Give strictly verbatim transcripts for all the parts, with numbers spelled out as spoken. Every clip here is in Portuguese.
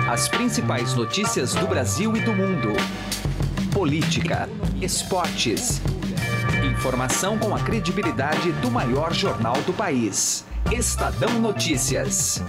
As principais notícias do Brasil e do mundo. Política, esportes. Informação com a credibilidade do maior jornal do país. Estadão Notícias.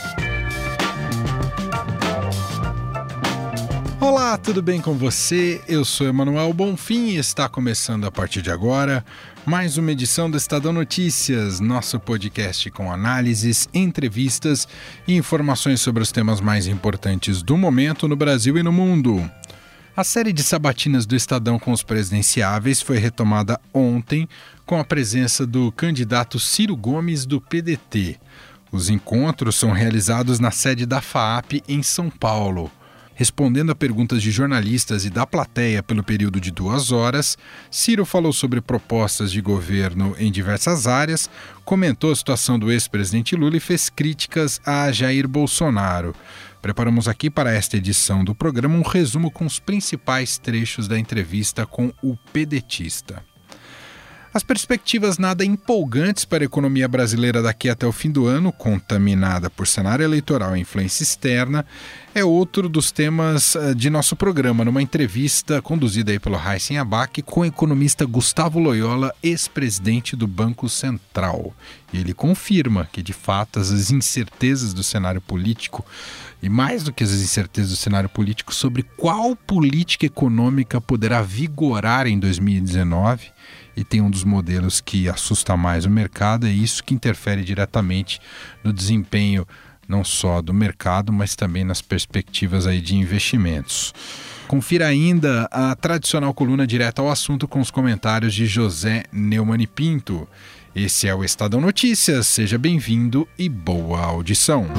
Olá, tudo bem com você? Eu sou Emanuel Bonfim e está começando a partir de agora mais uma edição do Estadão Notícias, nosso podcast com análises, entrevistas e informações sobre os temas mais importantes do momento no Brasil e no mundo. A série de sabatinas do Estadão com os presidenciáveis foi retomada ontem com a presença do candidato Ciro Gomes do P D T. Os encontros são realizados na sede da FAAP em São Paulo. Respondendo a perguntas de jornalistas e da plateia pelo período de duas horas, Ciro falou sobre propostas de governo em diversas áreas, comentou a situação do ex-presidente Lula e fez críticas a Jair Bolsonaro. Preparamos aqui para esta edição do programa um resumo com os principais trechos da entrevista com o pedetista. As perspectivas nada empolgantes para a economia brasileira daqui até o fim do ano, contaminada por cenário eleitoral e influência externa, é outro dos temas de nosso programa, numa entrevista conduzida aí pelo Raíssen Abac com o economista Gustavo Loyola, ex-presidente do Banco Central. E ele confirma que, de fato, as incertezas do cenário político, e mais do que as incertezas do cenário político sobre qual política econômica poderá vigorar em dois mil e dezenove, e tem um dos modelos que assusta mais o mercado, é isso que interfere diretamente no desempenho não só do mercado, mas também nas perspectivas aí de investimentos. Confira ainda a tradicional coluna direta ao assunto com os comentários de José Neumann e Pinto. Esse é o Estadão Notícias, seja bem-vindo e boa audição.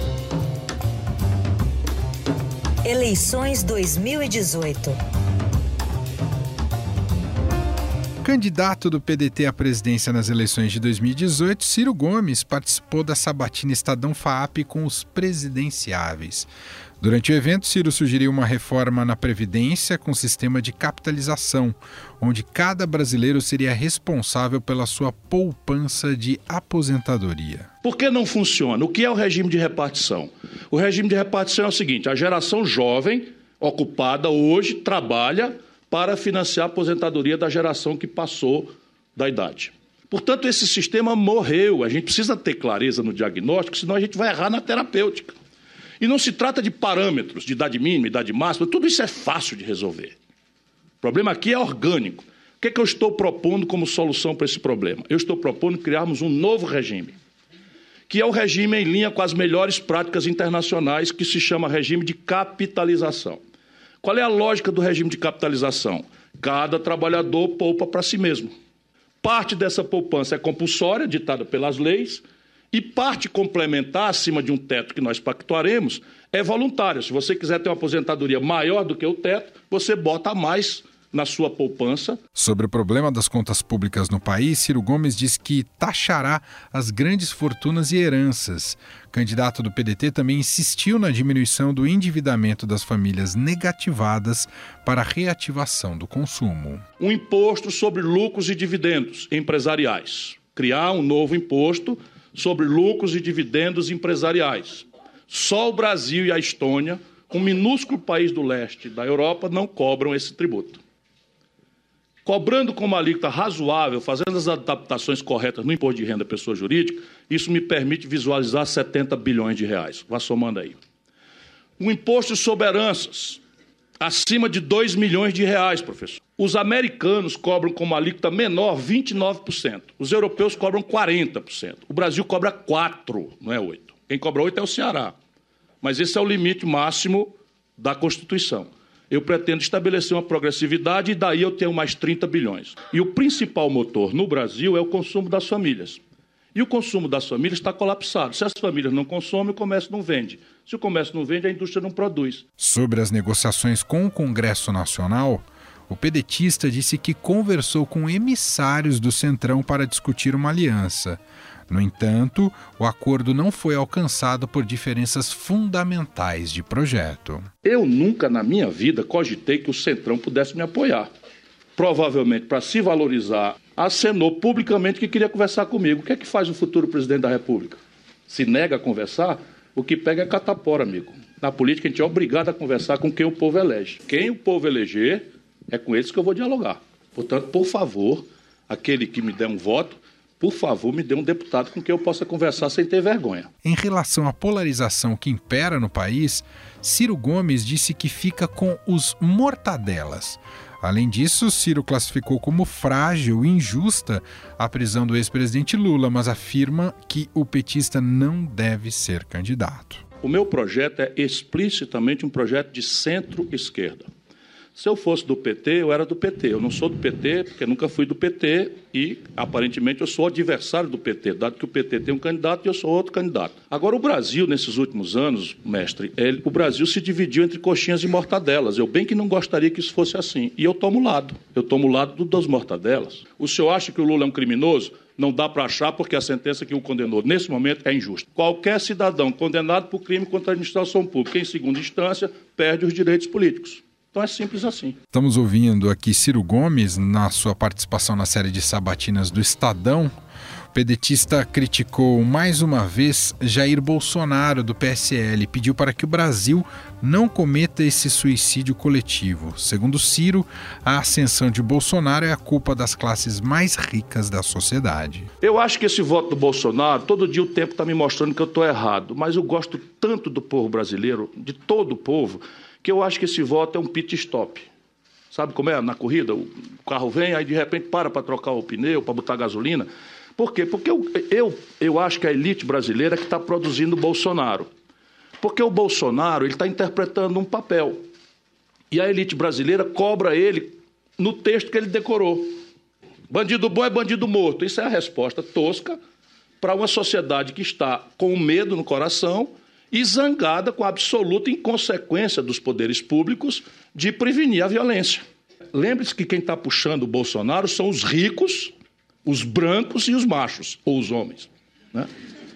Eleições dois mil e dezoito. Candidato do P D T à presidência nas eleições de dois mil e dezoito, Ciro Gomes participou da sabatina Estadão FAAP com os presidenciáveis. Durante o evento, Ciro sugeriu uma reforma na Previdência com sistema de capitalização, onde cada brasileiro seria responsável pela sua poupança de aposentadoria. Por que não funciona? O que é o regime de repartição? O regime de repartição é o seguinte: a geração jovem, ocupada hoje, trabalha para financiar a aposentadoria da geração que passou da idade. Portanto, esse sistema morreu. A gente precisa ter clareza no diagnóstico, senão a gente vai errar na terapêutica. E não se trata de parâmetros, de idade mínima, idade máxima, tudo isso é fácil de resolver. O problema aqui é orgânico. O que é que eu estou propondo como solução para esse problema? Eu estou propondo criarmos um novo regime, que é o regime em linha com as melhores práticas internacionais, que se chama regime de capitalização. Qual é a lógica do regime de capitalização? Cada trabalhador poupa para si mesmo. Parte dessa poupança é compulsória, ditada pelas leis, e parte complementar, acima de um teto que nós pactuaremos, é voluntária. Se você quiser ter uma aposentadoria maior do que o teto, você bota a mais na sua poupança. Sobre o problema das contas públicas no país, Ciro Gomes diz que taxará as grandes fortunas e heranças. O candidato do P D T também insistiu na diminuição do endividamento das famílias negativadas para a reativação do consumo. Um imposto sobre lucros e dividendos empresariais. Criar um novo imposto sobre lucros e dividendos empresariais. Só o Brasil e a Estônia, um minúsculo país do leste da Europa, não cobram esse tributo. Cobrando com uma alíquota razoável, fazendo as adaptações corretas no imposto de renda pessoa jurídica, isso me permite visualizar setenta bilhões de reais. Vá somando aí. Um imposto sobre heranças, acima de dois milhões de reais, professor. Os americanos cobram com uma alíquota menor vinte e nove por cento. Os europeus cobram quarenta por cento. O Brasil cobra quatro por cento, não é oito por cento. Quem cobra oito por cento é o Ceará. Mas esse é o limite máximo da Constituição. Eu pretendo estabelecer uma progressividade e daí eu tenho mais trinta bilhões. E o principal motor no Brasil é o consumo das famílias. E o consumo das famílias está colapsado. Se as famílias não consomem, o comércio não vende. Se o comércio não vende, a indústria não produz. Sobre as negociações com o Congresso Nacional, o pedetista disse que conversou com emissários do Centrão para discutir uma aliança. No entanto, o acordo não foi alcançado por diferenças fundamentais de projeto. Eu nunca na minha vida cogitei que o Centrão pudesse me apoiar. Provavelmente, para se valorizar, acenou publicamente que queria conversar comigo. O que é que faz o futuro presidente da República? Se nega a conversar? O que pega é catapora, amigo. Na política, a gente é obrigado a conversar com quem o povo elege. Quem o povo eleger, é com eles que eu vou dialogar. Portanto, por favor, aquele que me der um voto, por favor, me dê um deputado com quem eu possa conversar sem ter vergonha. Em relação à polarização que impera no país, Ciro Gomes disse que fica com os mortadelas. Além disso, Ciro classificou como frágil e injusta a prisão do ex-presidente Lula, mas afirma que o petista não deve ser candidato. O meu projeto é explicitamente um projeto de centro-esquerda. Se eu fosse do P T, eu era do P T. Eu não sou do P T, porque nunca fui do P T e, aparentemente, eu sou adversário do P T, dado que o P T tem um candidato e eu sou outro candidato. Agora, o Brasil, nesses últimos anos, mestre, ele, o Brasil se dividiu entre coxinhas e mortadelas. Eu bem que não gostaria que isso fosse assim. E eu tomo lado. Eu tomo lado do, das mortadelas. O senhor acha que o Lula é um criminoso? Não dá para achar, porque a sentença que o condenou nesse momento é injusta. Qualquer cidadão condenado por crime contra a administração pública, em segunda instância, perde os direitos políticos. Então é simples assim. Estamos ouvindo aqui Ciro Gomes na sua participação na série de sabatinas do Estadão. O pedetista criticou mais uma vez Jair Bolsonaro do P S L e pediu para que o Brasil não cometa esse suicídio coletivo. Segundo Ciro, a ascensão de Bolsonaro é a culpa das classes mais ricas da sociedade. Eu acho que esse voto do Bolsonaro, todo dia o tempo está me mostrando que eu estou errado, mas eu gosto tanto do povo brasileiro, de todo o povo, que eu acho que esse voto é um pit stop. Sabe como é? Na corrida, o carro vem, aí de repente para para trocar o pneu, para botar gasolina. Por quê? Porque eu, eu, eu acho que a elite brasileira é que está produzindo o Bolsonaro. Porque o Bolsonaro está interpretando um papel. E a elite brasileira cobra ele no texto que ele decorou. Bandido bom é bandido morto. Isso é a resposta tosca para uma sociedade que está com medo no coração e zangada com a absoluta inconsequência dos poderes públicos de prevenir a violência. Lembre-se que quem está puxando o Bolsonaro são os ricos, os brancos e os machos, ou os homens, né?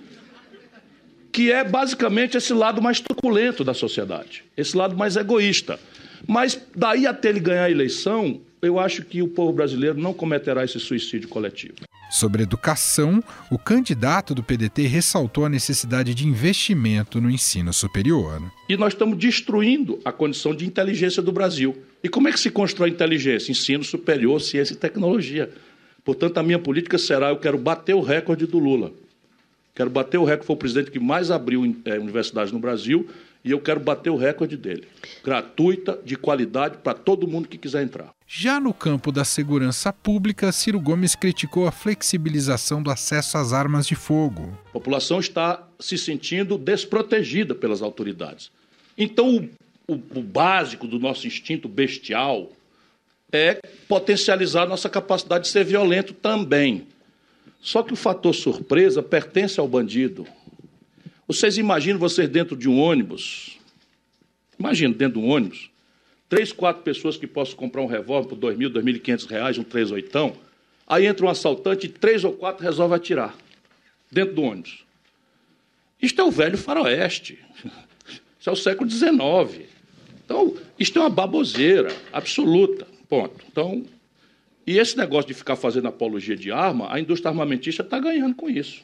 Que é basicamente esse lado mais truculento da sociedade, esse lado mais egoísta. Mas daí até ele ganhar a eleição, eu acho que o povo brasileiro não cometerá esse suicídio coletivo. Sobre educação, o candidato do P D T ressaltou a necessidade de investimento no ensino superior. E nós estamos destruindo a condição de inteligência do Brasil. E como é que se constrói inteligência? Ensino superior, ciência e tecnologia. Portanto, a minha política será, eu quero bater o recorde do Lula. Quero bater o recorde, foi o presidente que mais abriu é, universidades no Brasil, e eu quero bater o recorde dele. Gratuita, de qualidade, para todo mundo que quiser entrar. Já no campo da segurança pública, Ciro Gomes criticou a flexibilização do acesso às armas de fogo. A população está se sentindo desprotegida pelas autoridades. Então, o, o, o básico do nosso instinto bestial é potencializar nossa capacidade de ser violento também. Só que o fator surpresa pertence ao bandido. Vocês imaginam vocês dentro de um ônibus, imagina dentro de um ônibus, três, quatro pessoas que possam comprar um revólver por dois mil, dois mil e quinhentos reais, um três oitão, aí entra um assaltante e três ou quatro resolve atirar dentro do ônibus. Isto é o velho faroeste, isso é o século dezenove. Então, isto é uma baboseira absoluta, ponto. Então, e esse negócio de ficar fazendo apologia de arma, a indústria armamentista está ganhando com isso.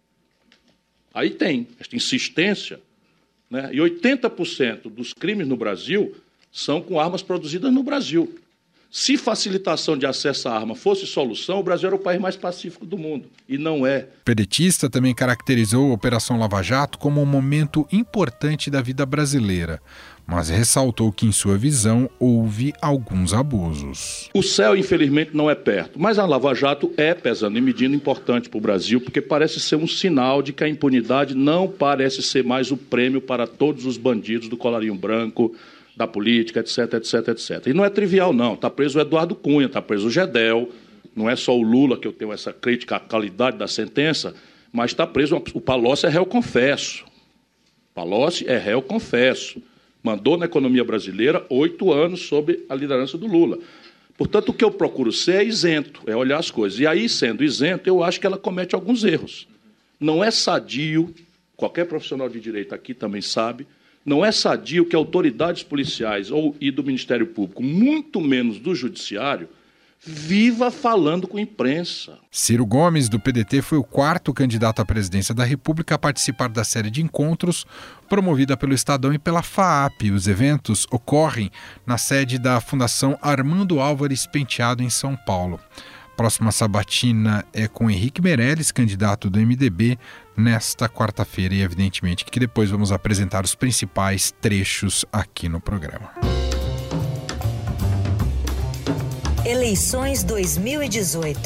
Aí tem esta insistência, né? E oitenta por cento dos crimes no Brasil são com armas produzidas no Brasil. Se facilitação de acesso à arma fosse solução, o Brasil era o país mais pacífico do mundo. E não é. O pedetista também caracterizou a Operação Lava Jato como um momento importante da vida brasileira, mas ressaltou que, em sua visão, houve alguns abusos. O céu, infelizmente, não é perto, mas a Lava Jato é, pesando e medindo, importante para o Brasil, porque parece ser um sinal de que a impunidade não parece ser mais o prêmio para todos os bandidos do colarinho branco, da política, etc, etc, etcétera. E não é trivial, não. Está preso o Eduardo Cunha, está preso o Gedel, não é só o Lula que eu tenho essa crítica à qualidade da sentença, mas está preso o Palocci, é réu confesso. Palocci é réu confesso. Mandou na economia brasileira oito anos sob a liderança do Lula. Portanto, o que eu procuro ser é isento, é olhar as coisas. E aí, sendo isento, eu acho que ela comete alguns erros. Não é sadio, qualquer profissional de direito aqui também sabe, não é sadio que autoridades policiais ou e do Ministério Público, muito menos do Judiciário, Viva falando com a imprensa. Ciro Gomes, do P D T, foi o quarto candidato à presidência da República a participar da série de encontros promovida pelo Estadão e pela FAAP. Os eventos ocorrem na sede da Fundação Armando Álvares Penteado, em São Paulo. Próxima sabatina é com Henrique Meirelles, candidato do M D B, nesta quarta-feira, e evidentemente que depois vamos apresentar os principais trechos aqui no programa. Eleições dois mil e dezoito.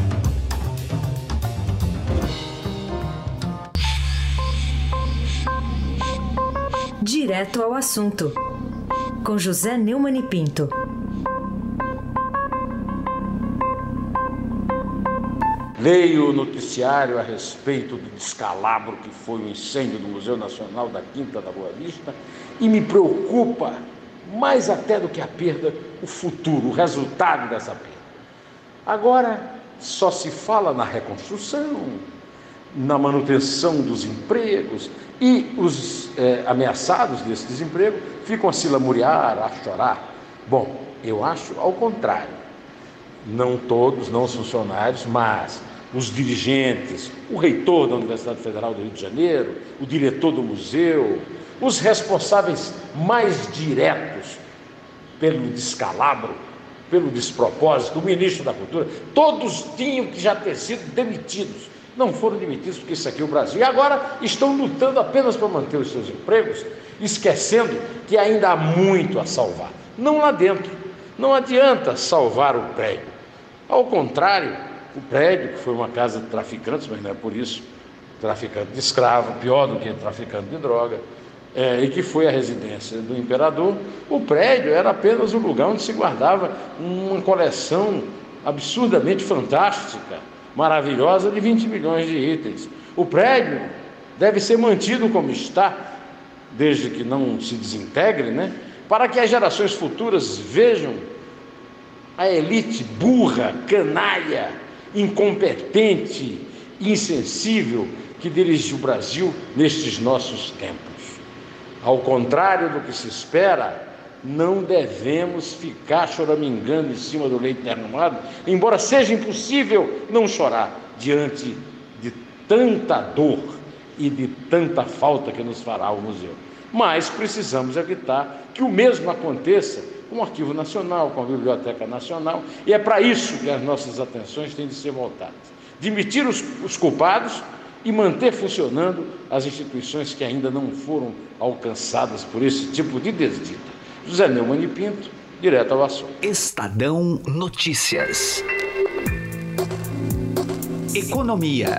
Direto ao assunto, com José Neumann e Pinto. Leio o noticiário a respeito do descalabro que foi o incêndio do Museu Nacional da Quinta da Boa Vista e me preocupa, mais até do que a perda, o futuro, o resultado dessa perda. Agora só se fala na reconstrução, na manutenção dos empregos, e os é, ameaçados desse desemprego ficam a se lamuriar, a chorar. Bom, eu acho ao contrário. Não todos, não os funcionários, mas os dirigentes, o reitor da Universidade Federal do Rio de Janeiro, o diretor do museu, os responsáveis mais diretos pelo descalabro, pelo despropósito, o ministro da Cultura, todos tinham que já ter sido demitidos. Não foram demitidos porque isso aqui é o Brasil. E agora estão lutando apenas para manter os seus empregos, esquecendo que ainda há muito a salvar. Não lá dentro. Não adianta salvar o prédio. Ao contrário, o prédio, que foi uma casa de traficantes, mas não é por isso traficante de escravo, pior do que traficante de droga, é, e que foi a residência do imperador, o prédio era apenas um lugar onde se guardava uma coleção absurdamente fantástica, maravilhosa, de vinte milhões de itens. O prédio deve ser mantido como está, desde que não se desintegre, né? Para que as gerações futuras vejam a elite burra, canalha, incompetente, insensível que dirige o Brasil nestes nossos tempos. Ao contrário do que se espera, não devemos ficar choramingando em cima do leite derramado, embora seja impossível não chorar diante de tanta dor e de tanta falta que nos fará o museu. Mas precisamos evitar que o mesmo aconteça com o Arquivo Nacional, com a Biblioteca Nacional, e é para isso que as nossas atenções têm de ser voltadas. Demitir os, os culpados e manter funcionando as instituições que ainda não foram alcançadas por esse tipo de desdita. José Neumann e Pinto, direto ao assunto. Estadão Notícias. Economia.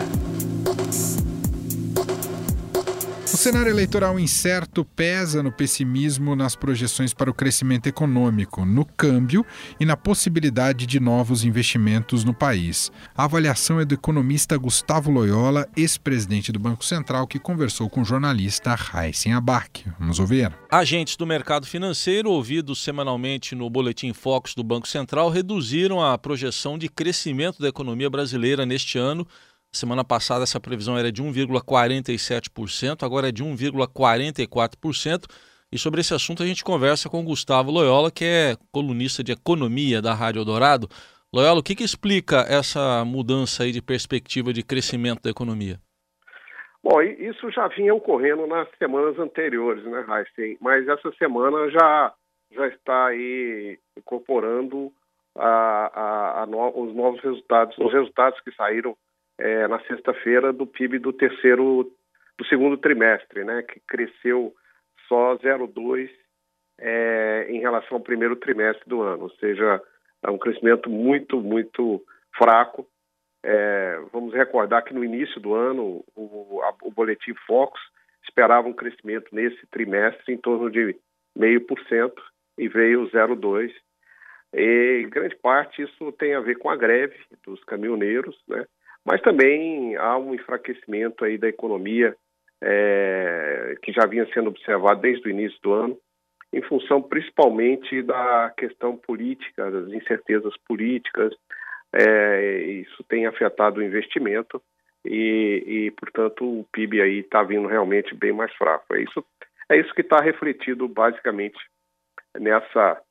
O cenário eleitoral incerto pesa no pessimismo nas projeções para o crescimento econômico, no câmbio e na possibilidade de novos investimentos no país. A avaliação é do economista Gustavo Loyola, ex-presidente do Banco Central, que conversou com o jornalista Raíssen Abac. Vamos ouvir. Agentes do mercado financeiro, ouvidos semanalmente no Boletim Focus do Banco Central, reduziram a projeção de crescimento da economia brasileira neste ano. Semana passada essa previsão era de um vírgula quarenta e sete por cento, agora é de um vírgula quarenta e quatro por cento. E sobre esse assunto a gente conversa com o Gustavo Loyola, que é colunista de economia da Rádio Eldorado. Loyola, o que, que explica essa mudança aí de perspectiva de crescimento da economia? Bom, isso já vinha ocorrendo nas semanas anteriores, né, Raíssen? Mas essa semana já, já está aí incorporando a, a, a no, os novos resultados, os resultados que saíram É, na sexta-feira do P I B do terceiro, do segundo trimestre, né, que cresceu só zero vírgula dois por cento é, em relação ao primeiro trimestre do ano, ou seja, é um crescimento muito, muito fraco. É, vamos recordar que no início do ano o, a, o Boletim Focus esperava um crescimento nesse trimestre em torno de zero vírgula cinco por cento e veio zero vírgula dois por cento. E em grande parte isso tem a ver com a greve dos caminhoneiros, né? Mas também há um enfraquecimento aí da economia é, que já vinha sendo observado desde o início do ano, em função principalmente da questão política, das incertezas políticas. É, isso tem afetado o investimento e, e, portanto, o P I B aí está vindo realmente bem mais fraco. É isso, é isso que está refletido basicamente nessa,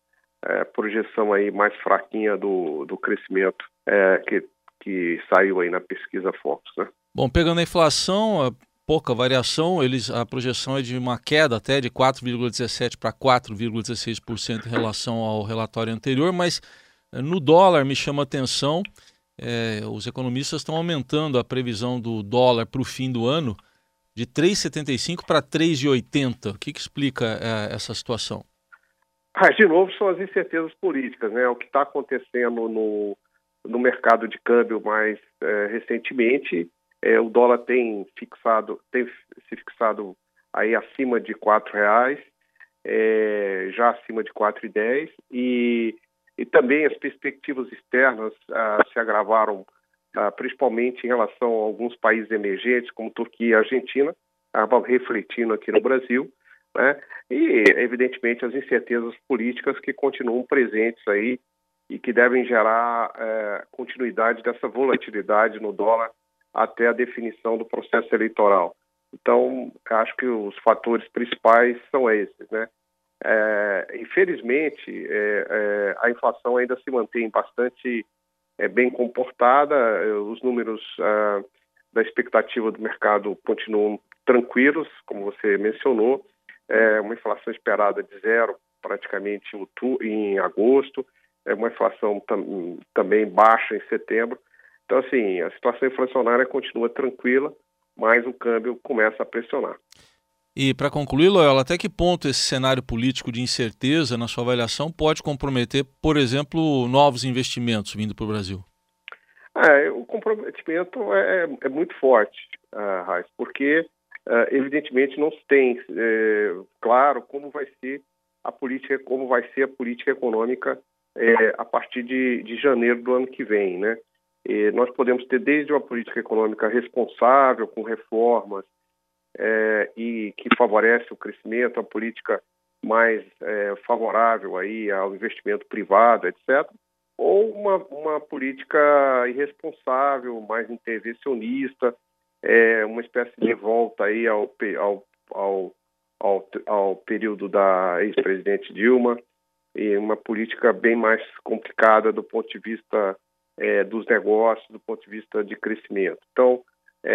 é, projeção aí mais fraquinha do, do crescimento é, que, que saiu aí na pesquisa Focus, né? Bom, pegando a inflação, a pouca variação, eles, a projeção é de uma queda até de quatro vírgula dezessete por cento para quatro vírgula dezesseis por cento em relação ao relatório anterior, mas no dólar me chama a atenção, é, os economistas estão aumentando a previsão do dólar para o fim do ano de três vírgula setenta e cinco para três vírgula oitenta. O que, que explica é, essa situação? Ah, de novo, são as incertezas políticas, né? O que está acontecendo no, no mercado de câmbio mais é, recentemente, é, o dólar tem fixado, tem se fixado aí acima de quatro reais, é, já acima de quatro reais e dez, e, e também as perspectivas externas ah, se agravaram, ah, principalmente em relação a alguns países emergentes, como Turquia e Argentina, acabam refletindo aqui no Brasil, né? E, evidentemente, as incertezas políticas que continuam presentes aí e que devem gerar é, continuidade dessa volatilidade no dólar até a definição do processo eleitoral. Então, acho que os fatores principais são esses, né? É, infelizmente, é, é, a inflação ainda se mantém bastante é, bem comportada, os números é, da expectativa do mercado continuam tranquilos, como você mencionou, é uma inflação esperada de zero praticamente em, outubro, em agosto, é uma inflação tam, também baixa em setembro. Então, assim, a situação inflacionária continua tranquila, mas o câmbio começa a pressionar. E, para concluir, Loyola, até que ponto esse cenário político de incerteza, na sua avaliação, pode comprometer, por exemplo, novos investimentos vindo para o Brasil? É, o comprometimento é, é muito forte, uh, Raiz, porque Uh, evidentemente não se tem é, claro como vai ser a política, como vai ser a política econômica é, a partir de, de janeiro do ano que vem, né? E nós podemos ter desde uma política econômica responsável, com reformas é, e que favorece o crescimento, a política mais é, favorável aí ao investimento privado, etcétera, ou uma, uma política irresponsável, mais intervencionista, é uma espécie de volta aí ao, ao, ao, ao, ao período da ex-presidente Dilma, e uma política bem mais complicada do ponto de vista é, dos negócios, do ponto de vista de crescimento. Então,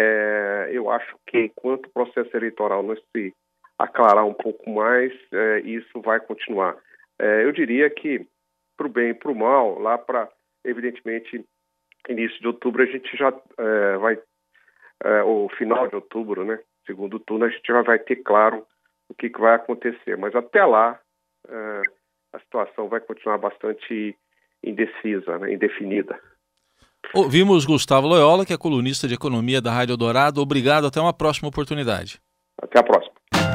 é, eu acho que enquanto o processo eleitoral não se aclarar um pouco mais, é, isso vai continuar. É, eu diria que, para o bem e para o mal, lá para, evidentemente, início de outubro, a gente já é, vai É, o final de outubro, né, segundo turno, a gente já vai ter claro o que, que vai acontecer. Mas até lá, é, a situação vai continuar bastante indecisa, né, indefinida. Ouvimos Gustavo Loyola, que é colunista de economia da Rádio Eldorado. Obrigado, até uma próxima oportunidade. Até a próxima.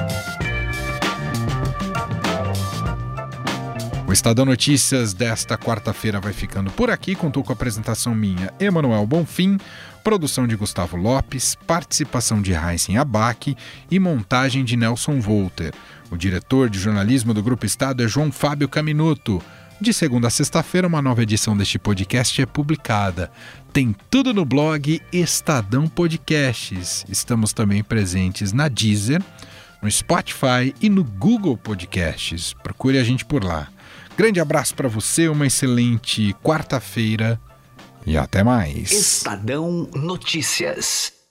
O Estadão Notícias desta quarta-feira vai ficando por aqui. Contou com a apresentação minha, Emanuel Bonfim, produção de Gustavo Lopes, participação de Raíssen Abac e montagem de Nelson Volter. O diretor de jornalismo do Grupo Estado é João Fábio Caminuto. De segunda a sexta-feira, uma nova edição deste podcast é publicada. Tem tudo no blog Estadão Podcasts. Estamos também presentes na Deezer, no Spotify e no Google Podcasts. Procure a gente por lá. Grande abraço para você, uma excelente quarta-feira e até mais. Estadão Notícias.